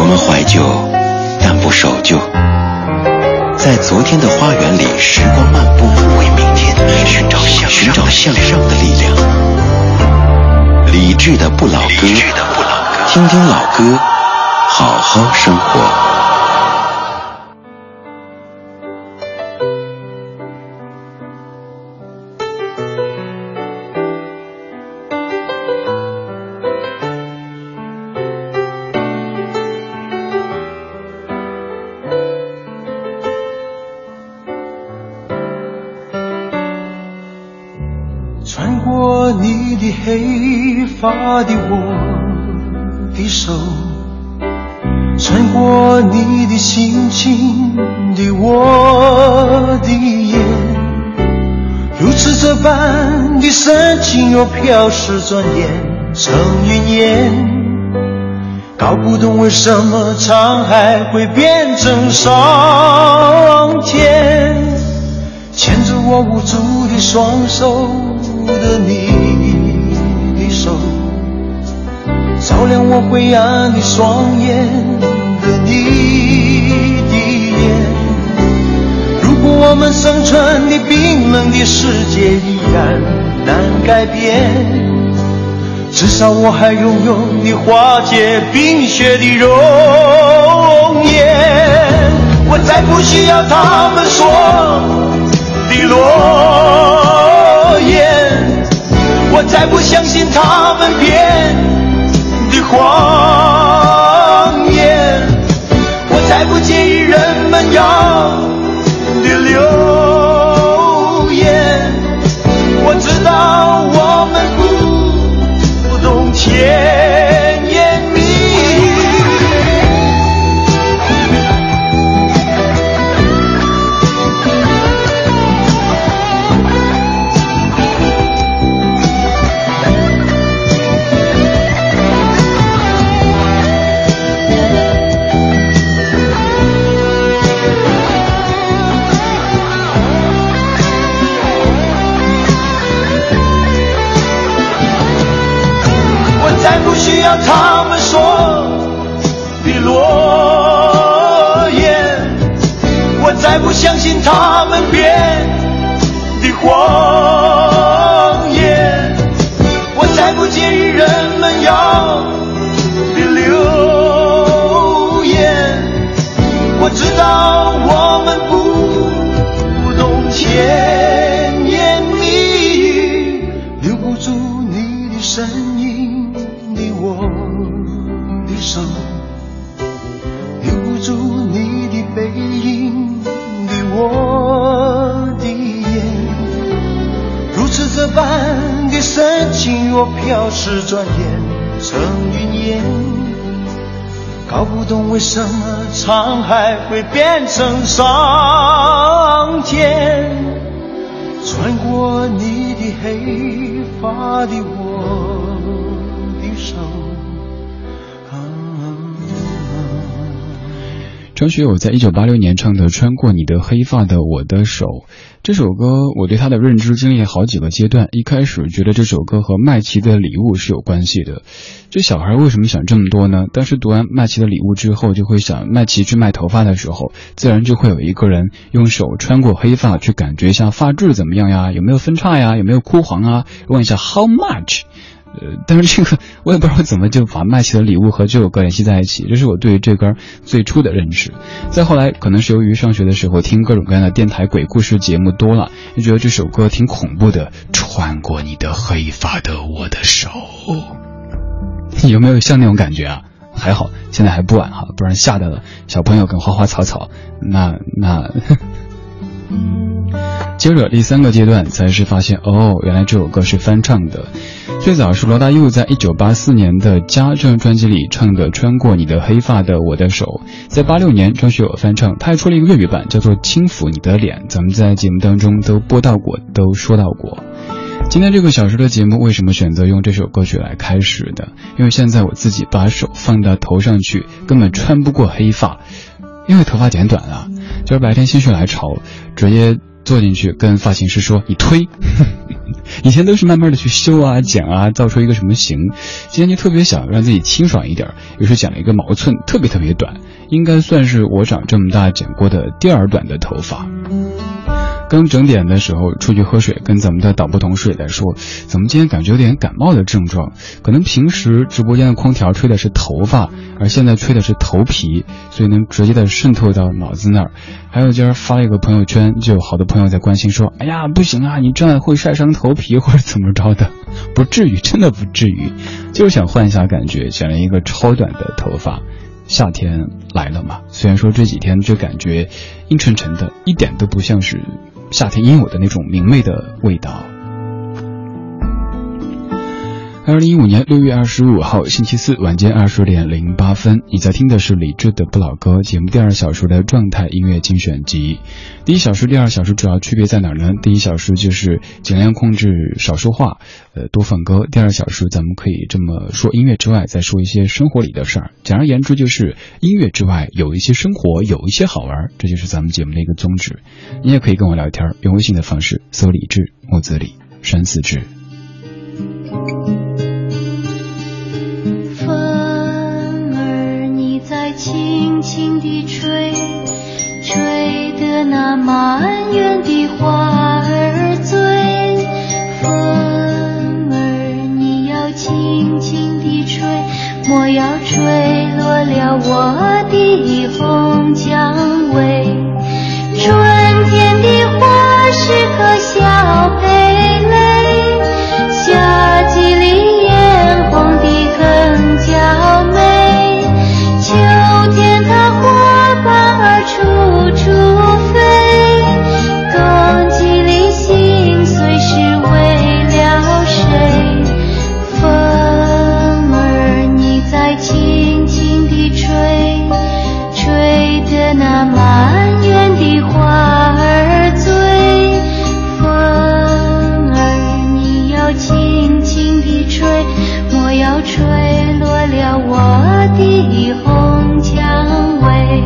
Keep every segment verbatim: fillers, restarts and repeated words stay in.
们怀旧，但不守旧。在昨天的花园里，时光漫步，为明天寻找向寻找向上的力量。理智的不老歌，听听老歌，好好生活。 穿过你的黑发的我的手，穿过你的心情的我的眼，如此这般的深情又飘逝，转眼成云烟。搞不懂为什么沧海会变成桑田，牵着我无助的双手的你的手，照亮我灰暗的双眼的你的眼。如果我们生存的冰冷的世界依然难改变，至少我还拥有你化解冰雪的容颜。我再不需要他们说的诺言，我再不相信他们编的谎言，我再不介意人们要的流言。我知道我们不懂甜言蜜语，再不需要他们说的诺言，我再不相信他们编的谎言，我再不介意人们要的流言。我知道我们不懂甜言蜜语，留不住你的身影的我的手，留不住你的背影的我的眼。如此这般的深情若飘逝，转眼成云烟。搞不懂为什么沧海会变成桑田，穿过你的黑发的我的手。 张学友在一九八六年唱的《穿过你的黑发的我的手》这首歌，我对他的认知经历了好几个阶段。一开始觉得这首歌和麦琪的礼物是有关系的，这小孩为什么想这么多呢？当时读完麦琪的礼物之后，就会想麦琪去卖头发的时候，自然就会有一个人用手穿过黑发去感觉一下发质怎么样呀，有没有分叉呀，有没有枯黄啊，问一下 how much。呃，但是这个我也不知道怎么就把麦琪的礼物和这首歌联系在一起，这是我对这歌最初的认识。再后来可能是由于上学的时候听各种各样的电台鬼故事节目多了，就觉得这首歌挺恐怖的，穿过你的黑发的我的手，有没有像那种感觉啊？还好现在还不晚哈，不然吓到了小朋友跟花花草草，那那接着第三个阶段才是发现，哦，原来这首歌是翻唱的。最早是罗大佑在一九八四年的《家》这张专辑里唱的《穿过你的黑发的我的手》，在八六年张学友翻唱，他还出了一个粤语版叫做《轻抚你的脸》，咱们在节目当中都播到过，都说到过。今天这个小时的节目为什么选择用这首歌曲来开始的？因为现在我自己把手放到头上去，根本穿不过黑发，因为头发剪短了，就是白天心血来潮直接坐进去跟发型师说你推。以前都是慢慢的去修啊剪啊，造出一个什么型，今天就特别想让自己清爽一点，于是剪了一个毛寸特别特别短，应该算是我长这么大剪过的第二短的头发。刚整点的时候出去喝水，跟咱们的导播同事也在说，怎么今天感觉有点感冒的症状，可能平时直播间的空调吹的是头发，而现在吹的是头皮，所以能直接的渗透到脑子那儿。还有今儿发了一个朋友圈，就有好多朋友在关心说，哎呀不行啊，你这样会晒伤头皮或者怎么着的。不至于，真的不至于，就是想换一下感觉，剪了一个超短的头发。夏天来了嘛，虽然说这几天就感觉阴沉沉的，一点都不像是夏天应有的那种明媚的味道。二零一五年六月二十五号星期四晚间二十点零八分，你在听的是李志的不老歌节目第二小时的状态音乐精选集。第一小时、第二小时主要区别在哪儿呢？第一小时就是尽量控制少说话，呃，多放歌。第二小时咱们可以这么说，音乐之外再说一些生活里的事儿。简而言之，就是音乐之外有一些生活，有一些好玩，这就是咱们节目的一个宗旨。你也可以跟我聊天，用微信的方式搜李志，木子李，山寺志。 轻轻地吹，吹得那满园的花儿醉。风儿你要轻轻地吹，莫要吹落了我的红蔷薇。春天的花是颗小蓓蕾，夏季里艳红的更娇美。秋天它花瓣儿处处飞，冬季里心碎是为了谁？风儿你在轻轻地吹，吹得那满园的花儿醉。风儿你要轻轻地吹，莫要吹落了我的红蔷薇。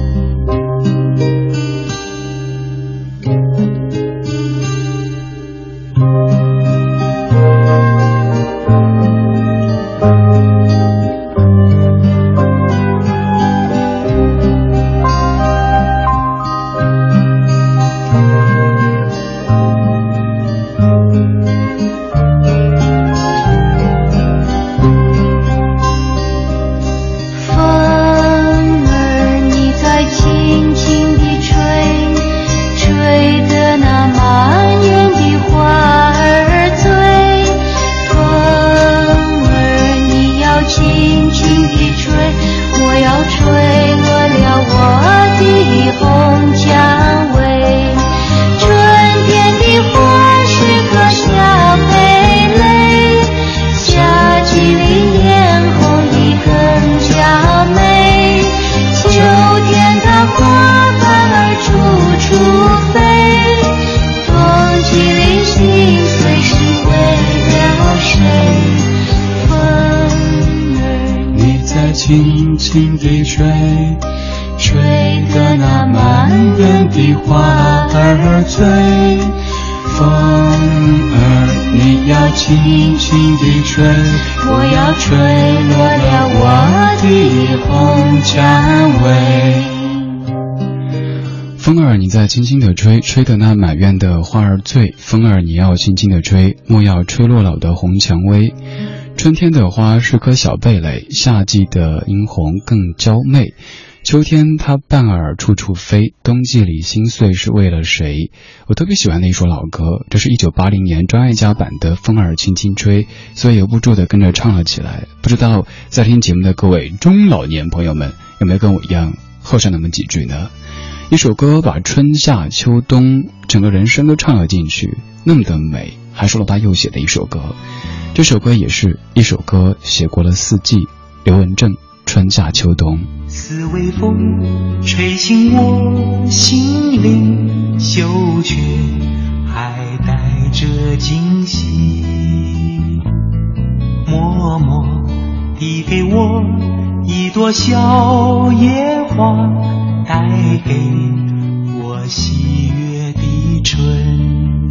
轻轻地吹，吹得那满园的花儿醉。风儿你要轻轻地吹，我要吹落了我的红蔷薇。 风儿你在轻轻地吹，吹得那满院的花儿醉。风儿你要轻轻地吹，莫要吹落了我的红蔷薇。春天的花是颗小蓓蕾，夏季的殷红更娇媚。秋天它伴儿处处飞，冬季里心碎是为了谁？我特别喜欢的一首老歌，这是一九八零年张艾嘉版的《风儿轻轻吹》，所以由不住的跟着唱了起来。不知道在听节目的各位中老年朋友们有没有跟我一样喝上那么几句呢？一首歌把春夏秋冬整个人生都唱了进去，那么的美，还是罗大佑写的一首歌。这首歌也是一首歌写过了四季，刘文正春夏秋冬。 似微风吹醒我心灵，羞怯还带着惊喜，默默递给我一朵小野花，带给我喜悦的的春。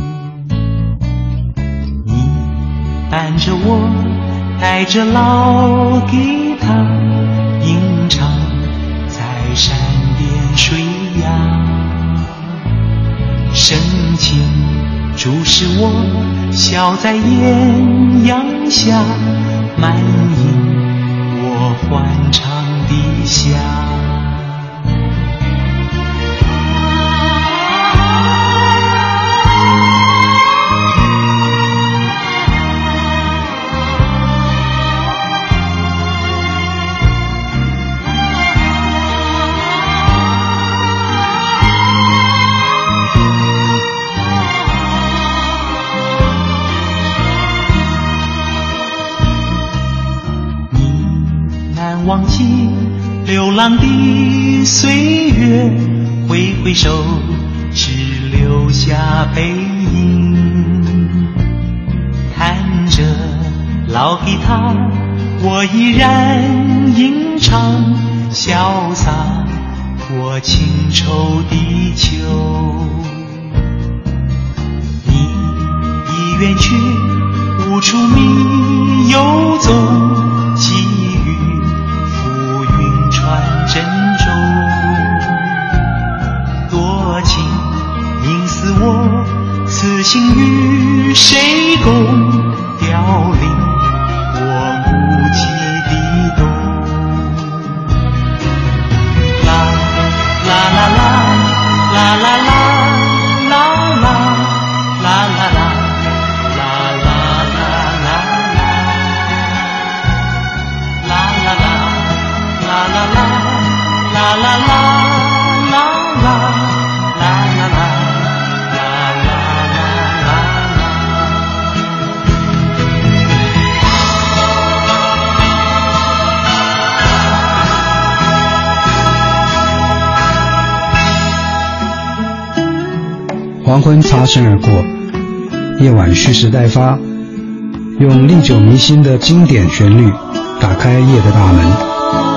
你伴着我，带着老吉他，吟唱在山巅水崖，深情注视我，笑在艳阳下，满盈我欢唱的夏。忘记流浪的岁月，挥挥手，只留下背影。弹着老吉他，我依然吟唱，潇洒过情愁的秋。你已远去，无处觅游踪，寄予船珍重，多情凝思我，此情与谁共？凋零我孤寂的冬。啦啦啦啦啦啦啦啦啦啦啦啦。啦啦啦啦啦啦啦啦啦黄昏擦身而过，夜晚蓄势待发，用历久弥新的经典旋律打开夜的大门。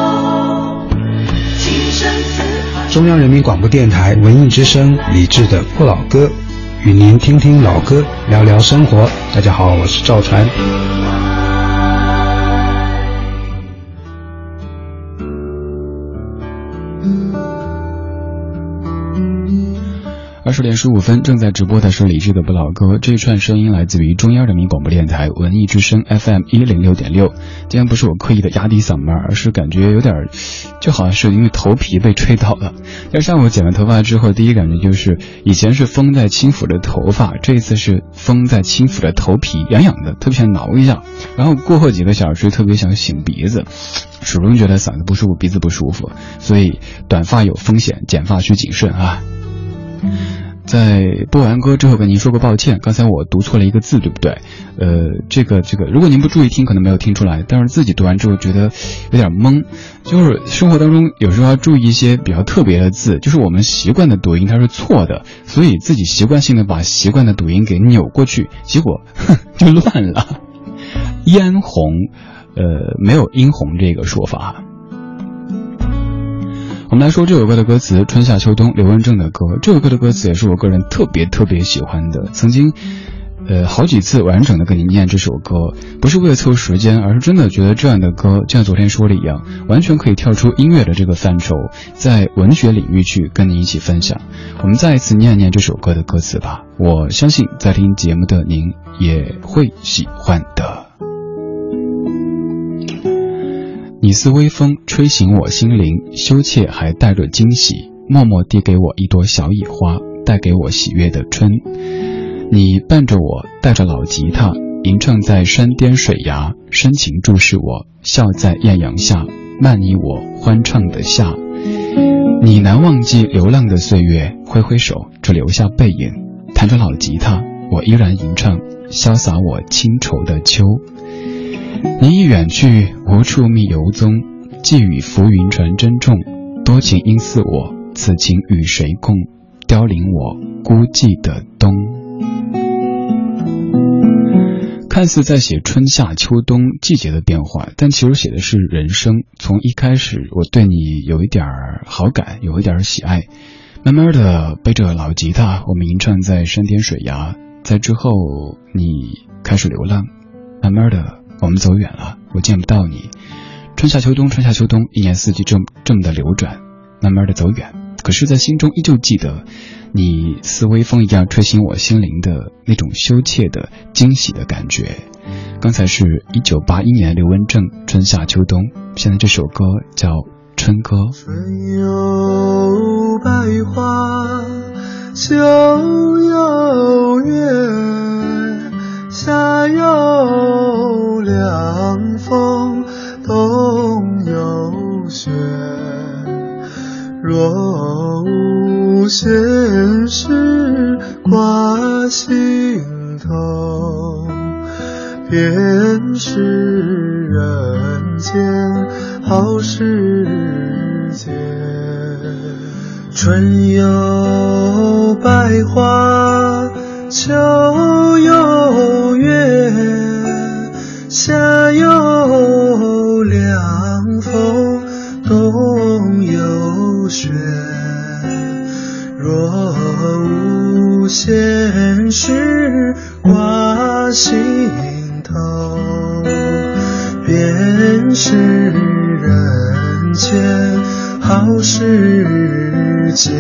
中央人民广播电台文艺之声李志的不老歌，与您听听老歌，聊聊生活。大家好，我是赵传。 二十点十五分，正在直播的是李志的不老歌。这一串声音来自于中央人民广播电台文艺之声 F M 一零六点六。今天不是我刻意的压低嗓门，而是感觉有点，就好像是因为头皮被吹到了。但上午剪完头发之后，第一感觉就是以前是风在轻抚着头发，这一次是风在轻抚着头皮，痒痒的，特别想挠一下。然后过后几个小时特别想擤鼻子，始终觉得嗓子不舒服，鼻子不舒服，所以短发有风险，剪发需谨慎啊。在播完歌之后跟您说个抱歉，刚才我读错了一个字，对不对？呃，这个这个，如果您不注意听，可能没有听出来，但是自己读完之后觉得有点懵。就是生活当中有时候要注意一些比较特别的字，就是我们习惯的读音它是错的，所以自己习惯性的把习惯的读音给扭过去，结果哼就乱了。嫣红，呃，没有殷红这个说法。我们来说这首歌的歌词，春夏秋冬，刘文正的歌。这首歌的歌词也是我个人特别特别喜欢的，曾经呃好几次完整的跟你念这首歌，不是为了凑时间，而是真的觉得这样的歌，就像昨天说的一样，完全可以跳出音乐的这个范畴，在文学领域去跟你一起分享。我们再一次念一念这首歌的歌词吧，我相信在听节目的您也会喜欢的。你似微风吹醒我心灵，羞怯还带着惊喜，默默递给我一朵小野花，带给我喜悦的春。你伴着我，带着老吉他，吟唱在山巅水崖，深情注视我，笑在艳阳下，漫溢我欢唱的夏。你难忘记流浪的岁月，挥挥手，只留下背影，弹着老吉他，我依然吟唱，潇洒我清愁的秋。你已远去，无处觅游踪，寄语浮云传珍重，多情应似我，此情与谁共？凋零我孤寂的冬。看似在写春夏秋冬季节的变化，但其实写的是人生。从一开始我对你有一点好感，有一点喜爱， 慢慢的背着老吉他，我们吟唱在山巅水崖，在之后你开始流浪，慢慢的我们走远了，我见不到你。春夏秋冬，春夏秋冬，一年四季这么这么的流转，慢慢的走远，可是在心中依旧记得你似微风一样吹醒我心灵的那种羞怯的惊喜的感觉。刚才是一九八一年刘文正春夏秋冬，现在这首歌叫春歌。 春有百花，秋有月，夏有凉风，冬有雪。若无闲事挂心头，便是人间好时节。春有百花，秋有月，夏有凉风，冬有雪。若无闲事挂心头，便是人间好时节。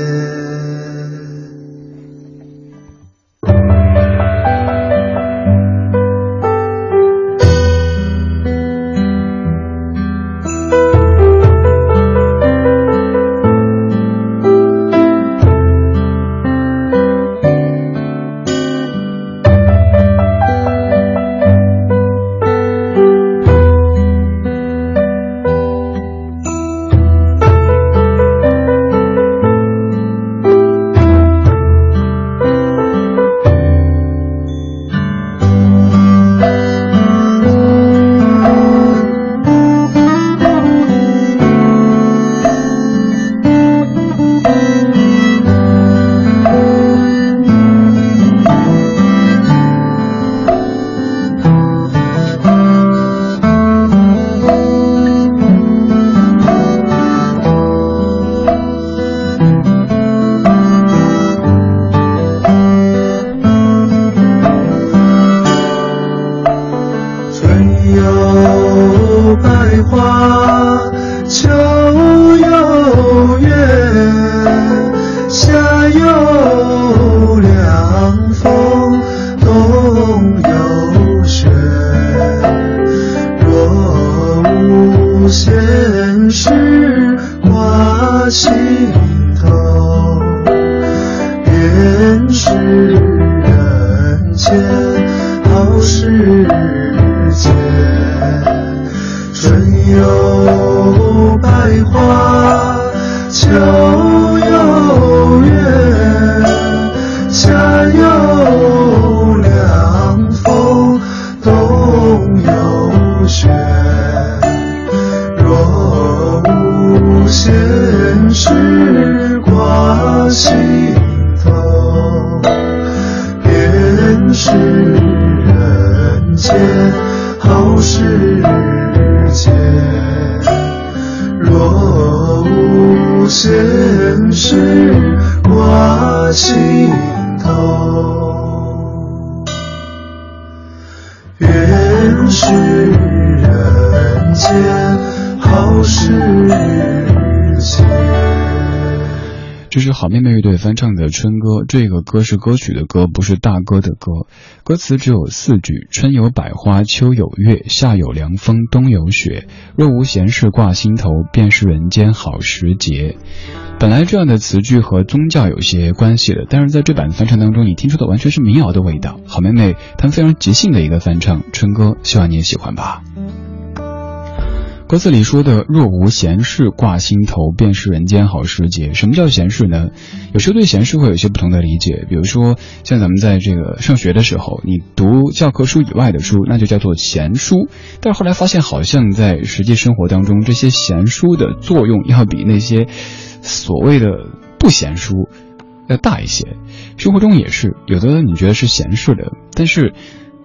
这是好妹妹乐队翻唱的春歌，这个歌是歌曲的歌，不是大哥的歌。歌词只有四句：春有百花，秋有月，夏有凉风，冬有雪。若无闲事挂心头，便是人间好时节。本来这样的词句和宗教有些关系的，但是在这版翻唱当中，你听出的完全是民谣的味道。好妹妹她们非常即兴的一个翻唱春歌，希望你也喜欢吧。歌词里说的若无闲事挂心头，便是人间好时节。什么叫闲事呢？有时候对闲事会有一些不同的理解，比如说像咱们在这个上学的时候，你读教科书以外的书，那就叫做闲书。但是后来发现，好像在实际生活当中，这些闲书的作用要比那些所谓的不闲书要大一些。生活中也是有的你觉得是闲事的，但是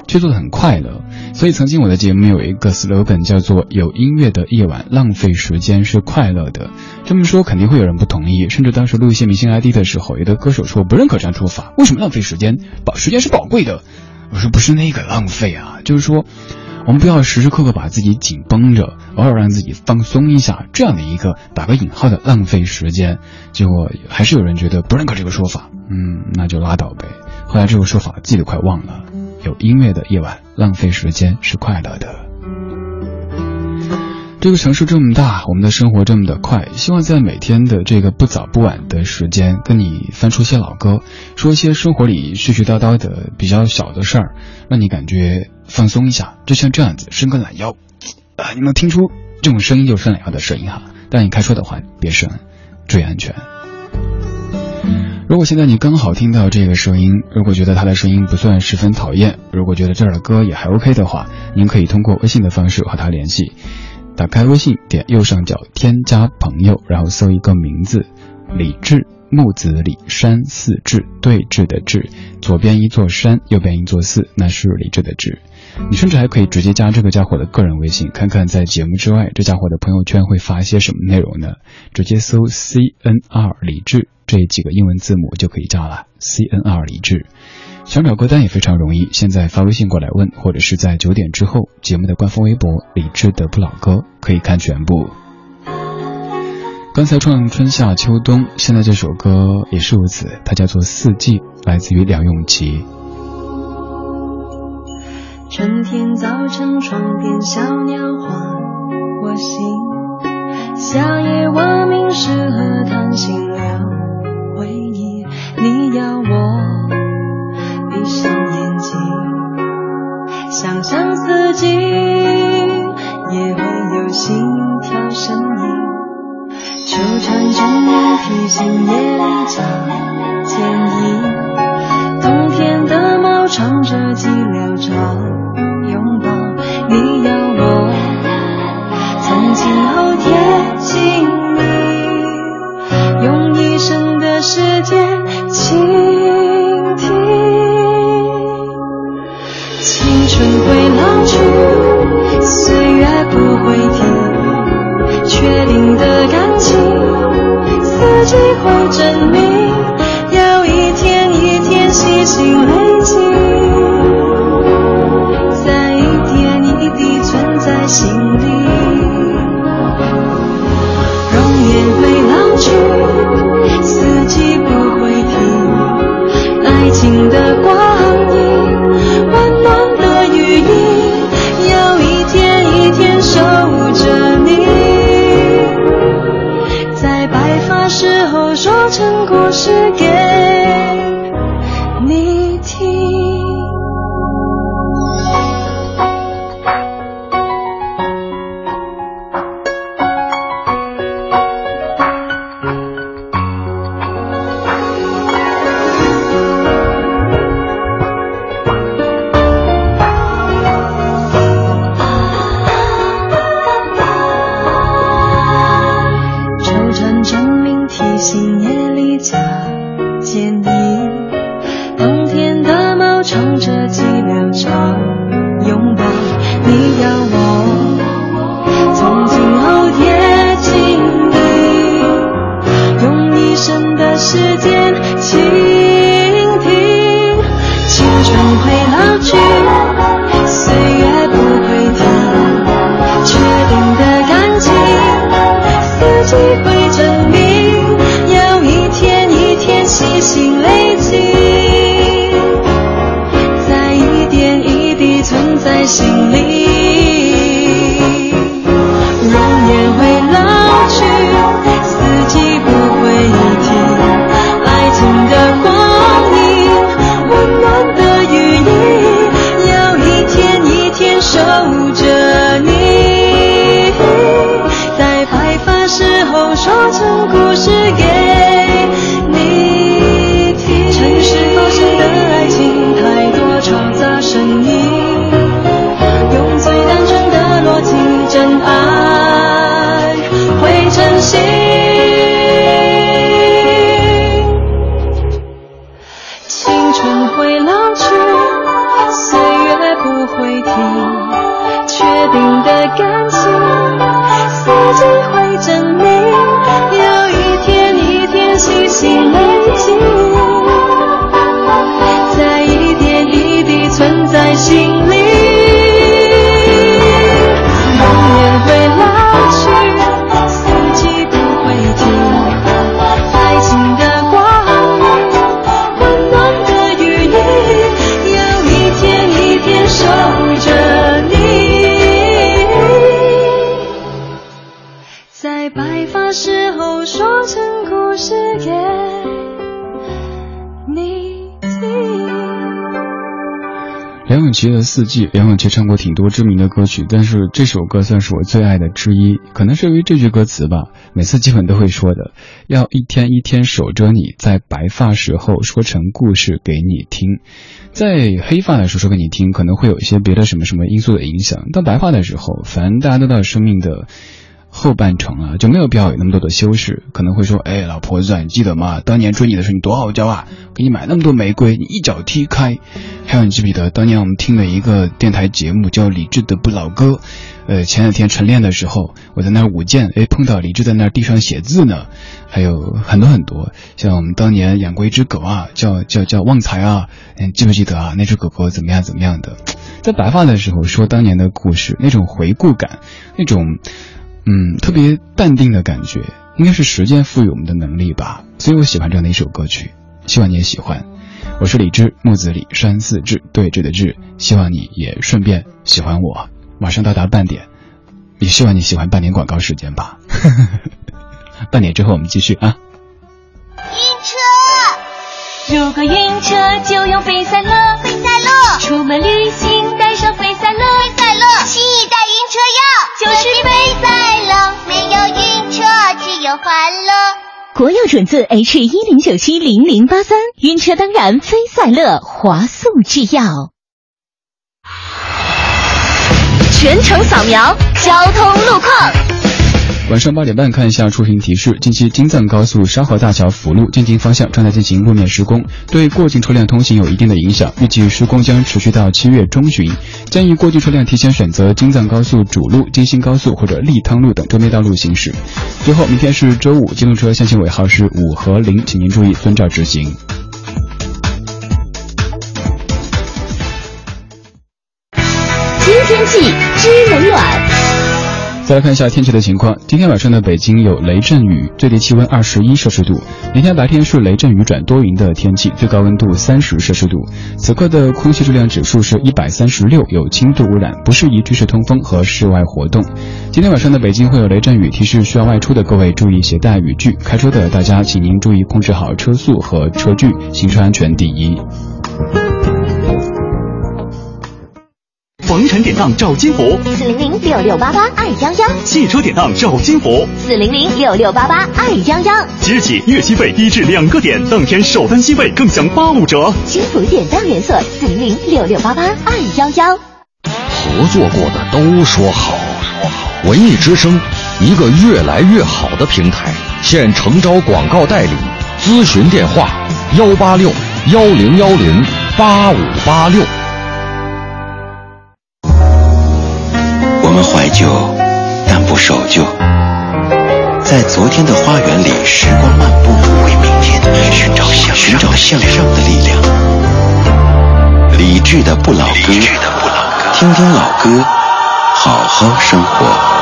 却做得很快乐。所以曾经我的节目有一个 slogan 叫做有音乐的夜晚浪费时间是快乐的。这么说肯定会有人不同意，甚至当时录一些明星 I D 的时候，有的歌手说不认可这样说法，为什么浪费时间？宝时间是宝贵的。我说不是那个浪费啊，就是说我们不要时时刻刻把自己紧绷着，偶尔让自己放松一下，这样的一个打个引号的浪费时间。结果还是有人觉得不认可这个说法，嗯，那就拉倒呗。后来这个说法自己都快忘了。有音乐的夜晚浪费时间是快乐的。这个城市这么大，我们的生活这么的快，希望在每天的这个不早不晚的时间跟你翻出些老歌，说一些生活里絮絮叨叨的比较小的事儿，让你感觉放松一下。就像这样子伸个懒腰啊，你能听出这种声音就是伸懒腰的声音哈，但你开车的话别伸，注意安全。如果现在你刚好听到这个声音，如果觉得他的声音不算十分讨厌，如果觉得这儿的歌也还 OK 的话，您可以通过微信的方式和他联系。打开微信，点右上角添加朋友，然后搜一个名字李志，木子李，山寺志，对峙的志，左边一座山，右边一座寺，那是李志的志。你甚至还可以直接加这个家伙的个人微信，看看在节目之外这家伙的朋友圈会发一些什么内容呢？直接搜 C N R 李志这几个英文字母就可以加了 C N R 李志。想找歌单也非常容易，现在发微信过来问，或者是在九点之后节目的官方微博李志的不老歌可以看全部。刚才唱春夏秋冬，现在这首歌也是如此，它叫做四季，来自于梁咏琪。 春天早晨窗边小鸟唤我醒，夏夜蛙鸣适合谈心聊回忆，你要我闭上眼睛想象四季，也会有心跳声音，秋蝉正鸣提醒夜里找剪影，冬天的猫唱着寂寥找拥抱，你要我从今后贴近你，用一生的时间倾听。青春会老去，岁月不会停，确定的感情四季会证明，要一天一天细心累积，在一点一滴存在心里。容颜会老去，四季不会停，爱情的光阴温暖的语音，要一天一天守着你，在白发时候说成故事给你听。 着你，有一天一天细细累积，在一点一滴存在心里，永远会老去，四季不会停，爱情的光温暖的羽翼，有一天一天守着你，在白发时候说成故事给你听。 梁咏琪的四季，梁咏琪唱过挺多知名的歌曲，但是这首歌算是我最爱的之一，可能是由于这句歌词吧，每次基本都会说的，要一天一天守着你，在白发时候说成故事给你听。在黑发的时候说给你听，可能会有一些别的什么什么因素的影响，到白发的时候，反正大家都到生命的后半程啊，就没有必要有那么多的修饰，可能会说，哎，老婆子，你记得吗？当年追你的时候你多傲娇啊，给你买那么多玫瑰，你一脚踢开。还有你记不记得当年我们听了一个电台节目叫李志的不老歌，呃，前两天晨练的时候，我在那儿舞剑，哎，碰到李志在那儿地上写字呢。还有很多很多，像我们当年养过一只狗啊，叫叫叫旺财啊，你记不记得啊？那只狗狗怎么样怎么样的？在白发的时候说当年的故事，那种回顾感，那种嗯，特别淡定的感觉，应该是时间赋予我们的能力吧。所以我喜欢这样的一首歌曲，希望你也喜欢。我是李志，木子李，山寺志，对峙的志，希望你也顺便喜欢我。马上到达半点，也希望你喜欢半点广告时间吧。半点之后我们继续啊。 晕车，如果晕车就用飞赛乐，飞赛乐，出门旅行带上飞赛乐，飞赛乐，新一代晕车药就是飞赛乐，没有晕车只有欢乐。 国药准字 H 一零九七零零八三，晕车当然飞赛乐，华素制药。全程扫描交通路况。 晚上八点半看一下出行提示，近期京藏高速沙河大桥辅路进京方向正在进行路面施工，对过境车辆通行有一定的影响，预计施工将持续到七月中旬，建议过境车辆提前选择京藏高速主路、京新高速或者利汤路等周边道路行驶。最后，明天是周五，机动车限行尾号是五和零，请您注意遵照执行。 知天气知冷暖。 再来看一下天气的情况，今天晚上的北京有雷阵雨，最低气温二十一摄氏度。明天白天是雷阵雨转多云的天气，最高温度三十摄氏度。此刻的空气质量指数是一百三十六，有轻度污染，不适宜居室通风和室外活动。今天晚上的北京会有雷阵雨，提示需要外出的各位注意携带雨具，开车的大家请您注意控制好车速和车距，行车安全第一。 房产典当找金佛， 四零零六六八八二幺幺； 汽车典当找金佛， 四零零六六八八二幺幺。 即日起，月息费低至两个点，当天首单息费更享八五折。 金福典当连锁，四零零六六八八二幺幺。 合作过的都说好，文艺之声，一个越来越好的平台，现诚招广告代理，咨询电话幺八六幺零幺零八五八六。我们怀旧，但不守旧。在昨天的花园里，时光漫步，为明天寻找向寻找向上的力量。理智的不老歌，听听老歌，好好生活。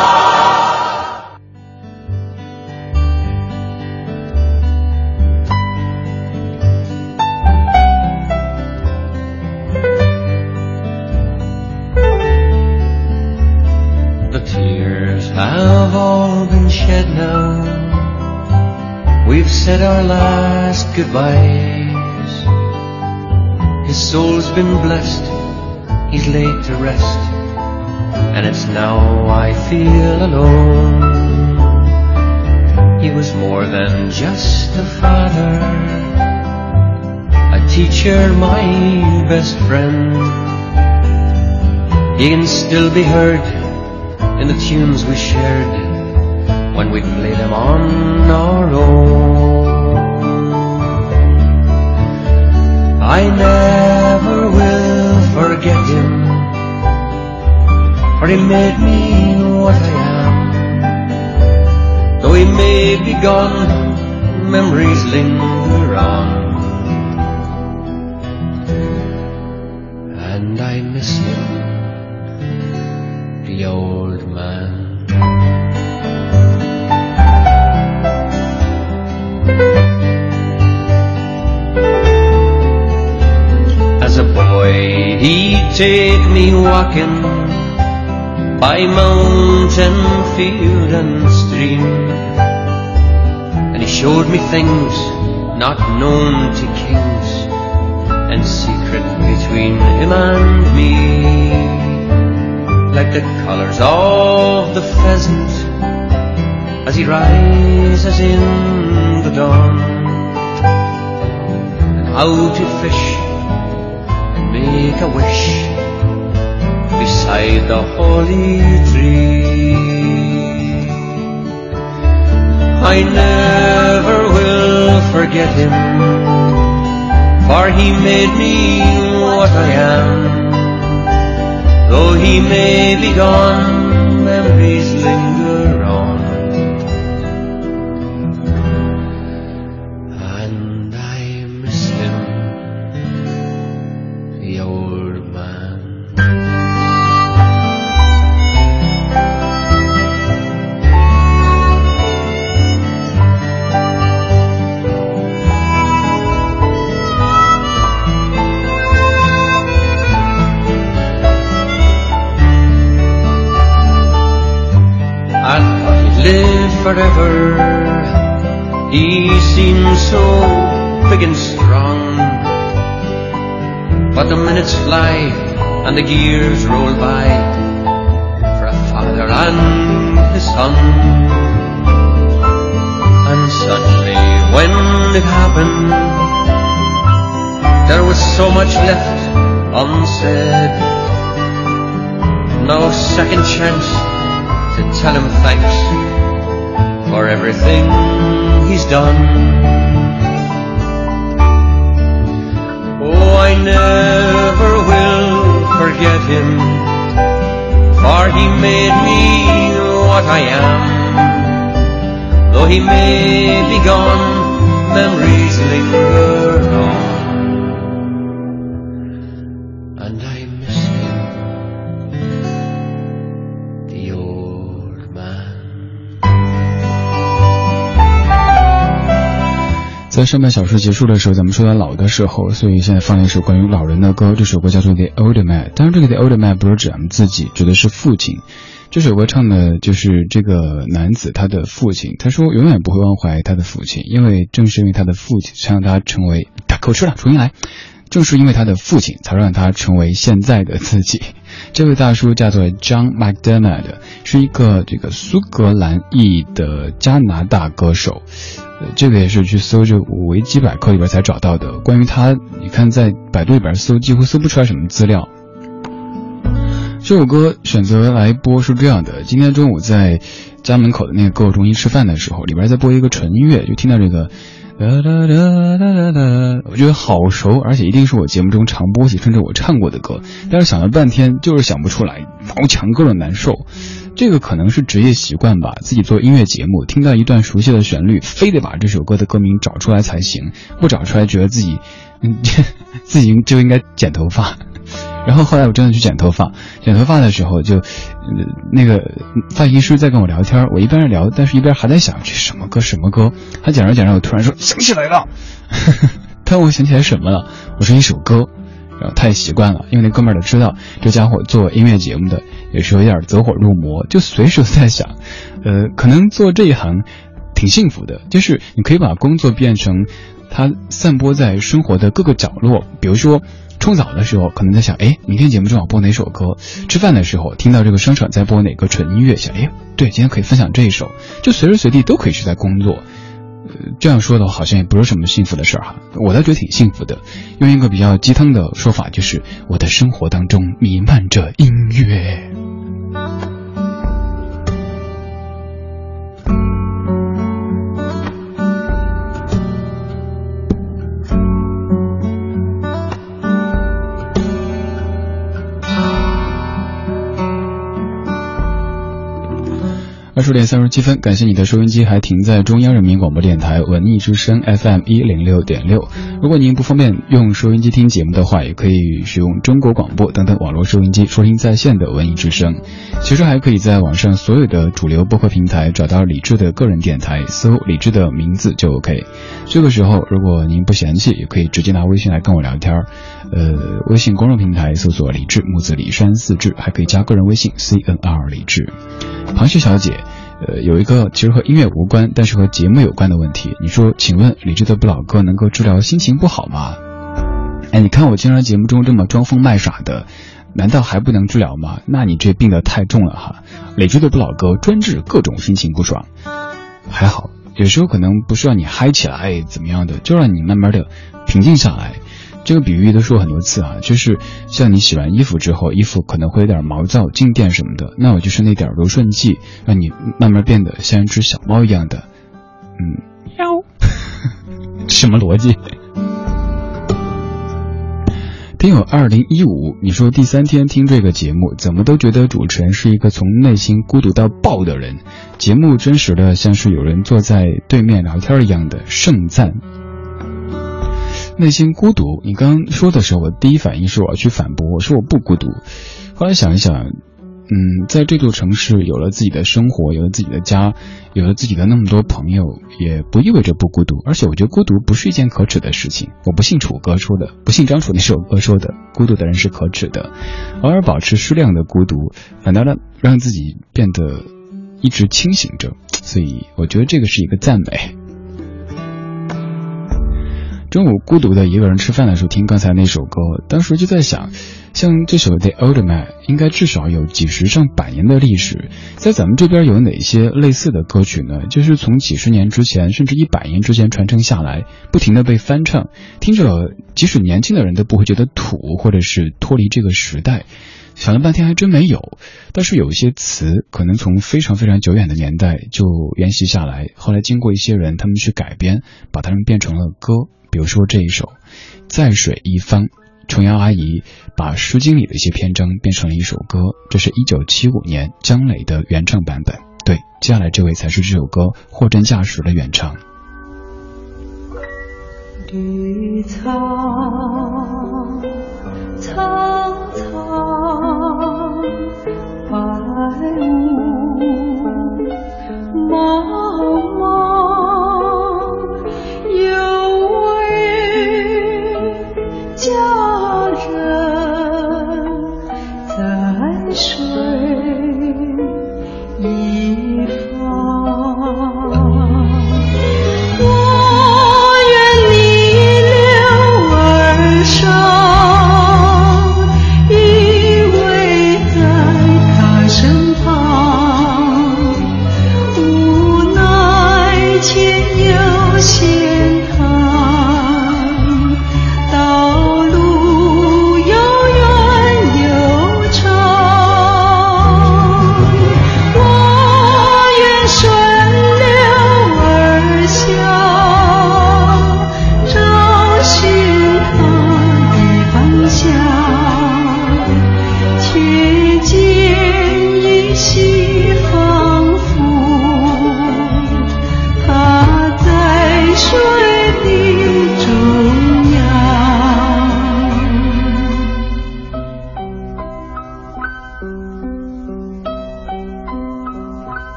Said our last goodbyes. His soul's been blessed, he's laid to rest, and it's now I feel alone. He was more than just a father, a teacher, my best friend. He can still be heard in the tunes we shared when we played them on our own. I never will forget him, for he made me what I am. may be gone, memories linger on. And I miss him, the old man. As a boy, he'd take me walking by mountain, field and stream, and he showed me things not known to kings, and secret between him and me, like the colours of the pheasant as he rises in the dawn, and how to fish and make a wish beside the holy tree. I never will forget him, for he made me what I am. Though he may be gone, memories linger on. And I miss him, the old man. Live forever, he seems so big and strong, but the minutes fly and the years roll by for a father and his son. And suddenly when it happened, there was so much left unsaid, no second chance to tell him thanks for everything he's done. Oh, I never will forget him, for he made me what I am. Though he may be gone, memories linger on. And I miss him, the old man. 在上半小时结束的时候，咱们说到老的时候，所以现在放了一首关于老人的歌，这首歌叫做 The Old Man。 当然这个 The Old Man 不是指咱们自己，指的是父亲。这首歌唱的就是这个男子他的父亲，他说永远不会忘怀他的父亲，因为正是因为他的父亲才让他成为打口吃了重新来正是因为他的父亲才让他成为现在的自己。这位大叔叫做 John McDermott， 是一个这个苏格兰裔的加拿大歌手。呃，这个也是去搜这维基百科里边才找到的。关于他，你看在百度里边搜，几乎搜不出来什么资料。这首歌选择来播是这样的：今天中午在家门口的那个歌舞中心吃饭的时候，里边在播一个纯音乐，就听到这个。哒哒哒哒哒哒，我觉得好熟，而且一定是我节目中常播起甚至我唱过的歌，但是想了半天就是想不出来，脑墙各种难受。这个可能是职业习惯吧，自己做音乐节目听到一段熟悉的旋律，非得把这首歌的歌名找出来才行，不找出来觉得自己嗯自己就应该剪头发。然后后来我真的去剪头发，剪头发的时候就、呃、那个发型师在跟我聊天，我一边聊但是一边还在想这什么歌什么歌。他讲着讲着我突然说想起来了他问我想起来什么了，我说一首歌。然后他也习惯了，因为那哥们儿都知道这家伙做音乐节目的也是有点走火入魔，就随时在想呃，可能做这一行挺幸福的，就是你可以把工作变成它散播在生活的各个角落。比如说冲澡的时候可能在想，哎，明天节目正好播哪首歌，吃饭的时候听到这个商场在播哪个纯音乐，想，哎，对，今天可以分享这一首，就随时随地都可以是在工作。呃，这样说的话好像也不是什么幸福的事儿哈，我倒觉得挺幸福的。用一个比较鸡汤的说法，就是我的生活当中弥漫着音乐。二二十点三十七分，感谢你的收音机还停在中央人民广播电台文艺之声 F M 一零六点六。如果您不方便用收音机听节目的话，也可以使用中国广播等等网络收音机收听在线的文艺之声。其实还可以在网上所有的主流播客平台找到李志的个人电台，搜李志的名字就 OK。这个时候，如果您不嫌弃，也可以直接拿微信来跟我聊天。呃，微信公众平台搜索李志，木子李山四志，还可以加个人微信 C N R 李志。螃蟹小姐，呃，有一个其实和音乐无关，但是和节目有关的问题。你说，请问李志的不老歌能够治疗心情不好吗？哎，你看我经常节目中这么装疯卖傻的，难道还不能治疗吗？那你这病得太重了哈！李志的不老歌专治各种心情不爽，还好，有时候可能不是让你嗨起来怎么样的，就让你慢慢的平静下来。这个比喻都说很多次啊，就是像你洗完衣服之后，衣服可能会有点毛躁、静电什么的，那我就是那点柔顺剂，让你慢慢变得像一只小猫一样的，嗯，喵，什么逻辑？听友二零一五，你说第三天听这个节目，怎么都觉得主持人是一个从内心孤独到爆的人，节目真实的像是有人坐在对面聊天一样的盛赞。内心孤独，你刚刚说的时候，我第一反应是我要去反驳，我说我不孤独。后来想一想，嗯，在这座城市有了自己的生活，有了自己的家，有了自己的那么多朋友，也不意味着不孤独。而且我觉得孤独不是一件可耻的事情。我不信楚歌说的，不信张楚那首歌说的，孤独的人是可耻的。偶尔保持适量的孤独，反倒让让自己变得一直清醒着。所以我觉得这个是一个赞美。中午孤独的一个人吃饭的时候听刚才那首歌，当时就在想，像这首 The Old Man 应该至少有几十上百年的历史，在咱们这边有哪些类似的歌曲呢？就是从几十年之前甚至一百年之前传承下来，不停地被翻唱，听着即使年轻的人都不会觉得土或者是脱离这个时代。想了半天还真没有，但是有一些词可能从非常非常久远的年代就沿袭下来，后来经过一些人他们去改编，把它们变成了歌。比如说这一首在水一方，琼瑶阿姨把《诗经》里的一些篇章变成了一首歌，这是一九七五年姜磊的原唱版本。对，接下来这位才是这首歌货真价实的原唱。 绿草苍苍，白雾茫茫，有位佳人在水一方。水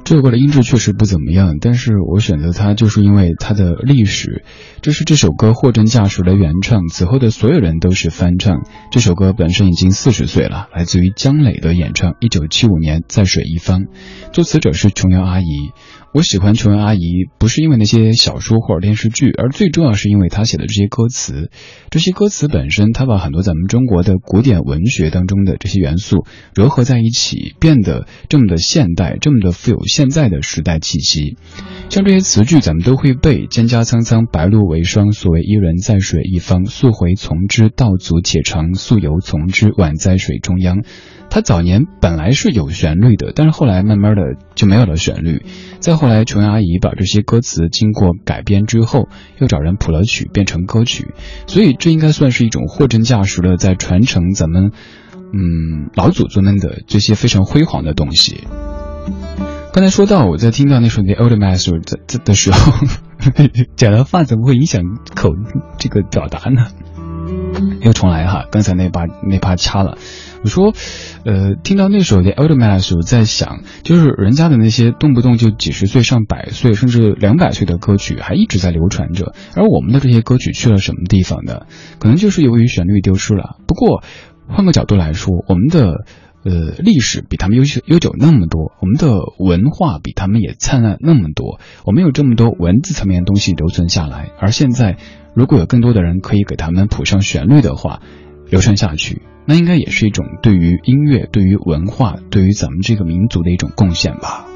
这首歌的音质确实不怎么样，但是我选择它就是因为它的历史。这是这首歌货真价实的原唱，此后的所有人都是翻唱。这首歌本身已经四十岁了，来自于姜磊的演唱，一九七五年在水一方，作词者是琼瑶阿姨。我喜欢琼瑶阿姨不是因为那些小说或者电视剧，而最重要是因为她写的这些歌词。这些歌词本身，她把很多咱们中国的古典文学当中的这些元素糅合在一起，变得这么的现代，这么的富有现在的时代气息。像这些词句咱们都会背，蒹葭苍苍白露为霜，所谓伊人在水一方，溯洄从之，道阻且长，溯游从之，宛在水中央。它早年本来是有旋律的，但是后来慢慢的就没有了旋律。再后来琼瑶阿姨把这些歌词经过改编之后，又找人谱了曲变成歌曲，所以这应该算是一种货真价实的在传承咱们嗯老祖宗们的这些非常辉煌的东西。刚才说到我在听到那首 The Old Master 的, 的, 的时候，假头发怎么会影响口这个表达呢？又重来哈，刚才那把那把掐了。我说呃，听到那首 The Old Master 在想，就是人家的那些动不动就几十岁上百岁甚至两百岁的歌曲还一直在流传着，而我们的这些歌曲去了什么地方呢？可能就是由于旋律丢失了。不过换个角度来说，我们的呃，历史比他们悠久悠久那么多，我们的文化比他们也灿烂那么多，我们有这么多文字层面的东西留存下来，而现在如果有更多的人可以给他们谱上旋律的话，流传下去，那应该也是一种对于音乐、对于文化、对于咱们这个民族的一种贡献吧。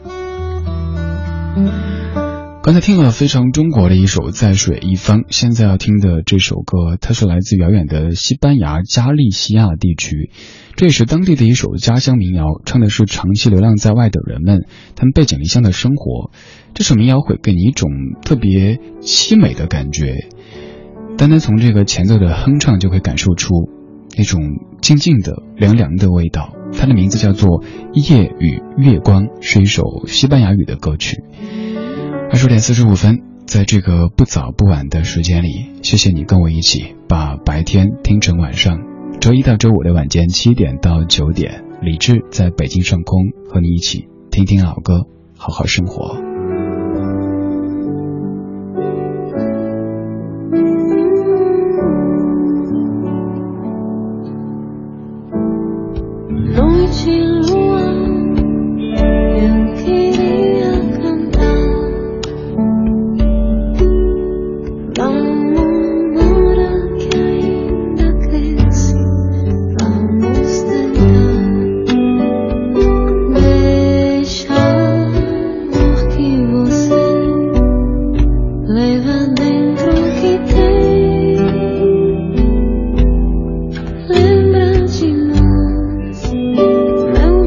刚才听了非常中国的一首在水一方，现在要听的这首歌，它是来自遥远的西班牙加利西亚地区，这也是当地的一首家乡民谣，唱的是长期流浪在外的人们他们背井离乡的生活。这首民谣会给你一种特别凄美的感觉，单单从这个前奏的哼唱就会感受出那种静静的凉凉的味道。它的名字叫做夜与月光，是一首西班牙语的歌曲。二十点四十五分，在这个不早不晚的时间里，谢谢你跟我一起把白天听成晚上。周一到周五的晚间七点到九点，李志在北京上空和你一起听听老歌，好好生活。 Lembra de nós,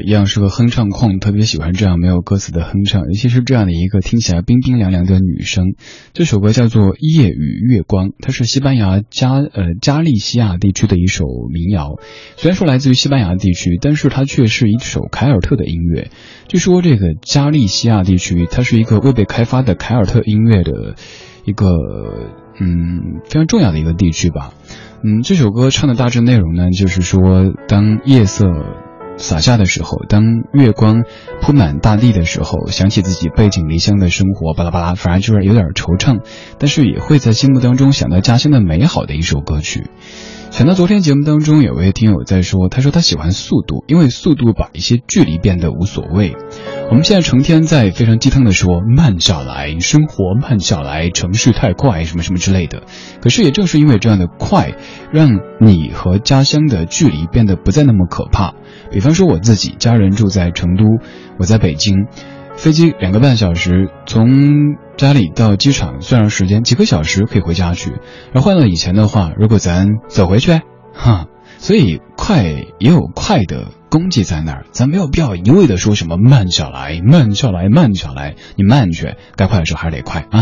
一样是个哼唱控，特别喜欢这样没有歌词的哼唱，尤其是这样的一个听起来冰冰凉凉的女声。这首歌叫做《夜与月光》，它是西班牙加呃加利西亚地区的一首民谣。虽然说来自于西班牙地区，但是它却是一首凯尔特的音乐。据说这个加利西亚地区，它是一个未被开发的凯尔特音乐的一个嗯非常重要的一个地区吧。嗯，这首歌唱的大致内容呢，就是说当夜色洒下的时候，当月光铺满大地的时候，想起自己背井离乡的生活，巴拉巴拉，反而就是有点惆怅，但是也会在心目当中想到家乡的美好的一首歌曲。想到昨天节目当中有位听友在说，他说他喜欢速度，因为速度把一些距离变得无所谓。我们现在成天在非常鸡汤的说慢下来，生活慢下来，城市太快，什么什么之类的。可是也正是因为这样的快，让你和家乡的距离变得不再那么可怕。比方说我自己，家人住在成都，我在北京，飞机两个半小时，从家里到机场算上时间几个小时可以回家去。而换了以前的话，如果咱走回去，哈，所以快也有快的功绩在那儿，咱没有必要一味的说什么慢下来，慢下来，慢下来，你慢去，该快的时候还是得快啊。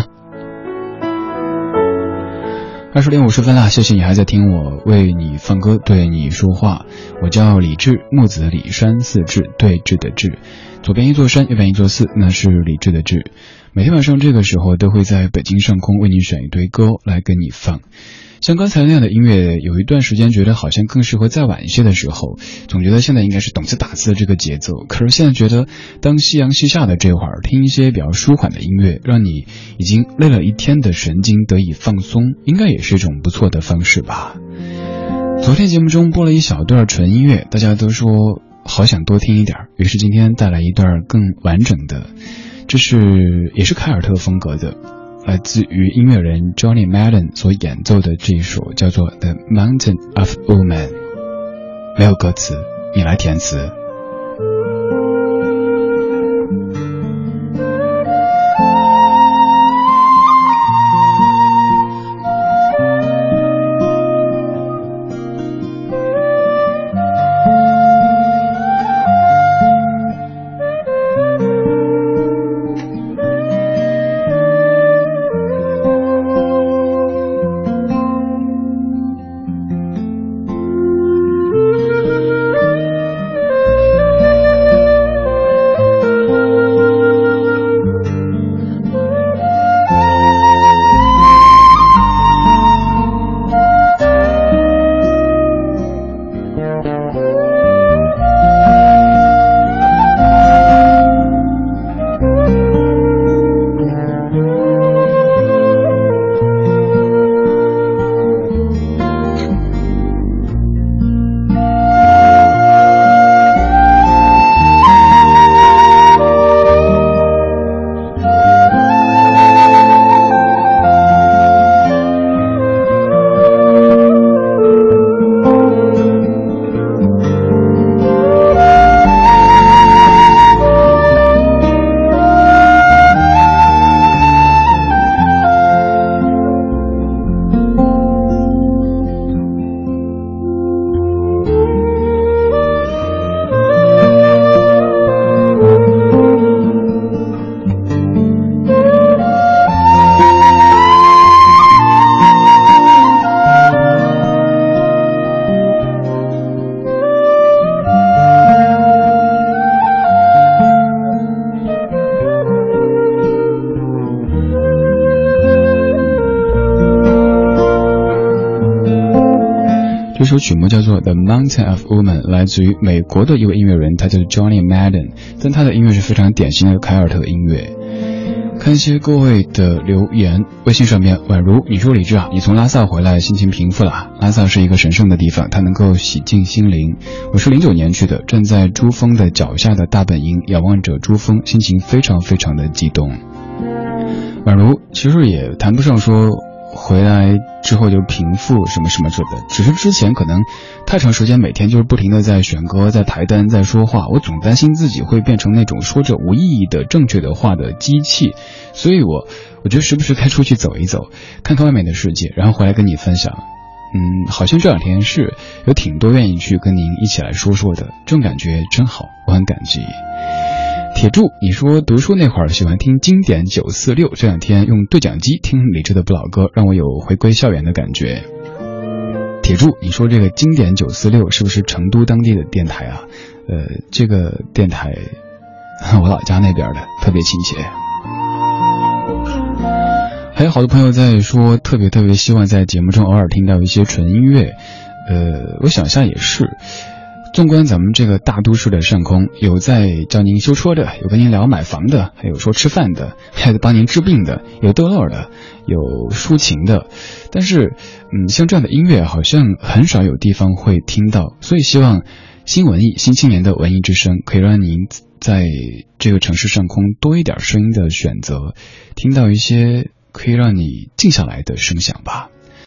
二十点五十分啦，谢谢你还在听我为你放歌，对你说话。我叫李志，木子李山四志，对峙的志，左边一座山，右边一座寺，那是李志的志。每天晚上这个时候都会在北京上空为你选一堆歌来跟你放。像刚才那样的音乐，有一段时间觉得好像更适合再晚一些的时候，总觉得现在应该是懂词打字的这个节奏。可是现在觉得当夕阳西下的这会儿，听一些比较舒缓的音乐，让你已经累了一天的神经得以放松，应该也是一种不错的方式吧。昨天节目中播了一小段纯音乐，大家都说好想多听一点，于是今天带来一段更完整的，这是也是凯尔特风格的，来自于音乐人 Johnny Madden 所演奏的这一首叫做 The Mountain of Woman， 没有歌词，你来填词。这首曲目叫做 The Mountain of Woman， 来自于美国的一位音乐人，他叫 Johnny Madden， 但他的音乐是非常典型的凯尔特音乐。看一些各位的留言，微信上面宛如你说李志啊，你从拉萨回来心情平复了。拉萨是一个神圣的地方，它能够洗净心灵。我是零九年去的，站在珠峰的脚下的大本营，仰望着珠峰，心情非常非常的激动。宛如其实也谈不上说回来之后就平复什么什么之类的，只是之前可能太长时间每天就是不停的在选歌，在排单，在说话，我总担心自己会变成那种说着无意义的正确的话的机器，所以我我觉得时不时该出去走一走，看看外面的世界，然后回来跟你分享。 嗯，好像这两天是有挺多愿意去跟您一起来说说的，这种感觉真好，我很感激。铁柱，你说读书那会儿喜欢听经典九四六，这两天用对讲机听李志的不老歌，让我有回归校园的感觉。铁柱，你说这个经典九四六是不是成都当地的电台啊？呃，这个电台我老家那边的，特别亲切。还有好多朋友在说特别特别希望在节目中偶尔听到一些纯音乐，呃，我想一下也是。纵观咱们这个大都市的上空，有在教您修车的，有跟您聊买房的，还有说吃饭的，还有帮您治病的，有逗乐的，有抒情的。但是嗯，像这样的音乐好像很少有地方会听到，所以希望新文艺新青年的文艺之声可以让您在这个城市上空多一点声音的选择，听到一些可以让你静下来的声响吧。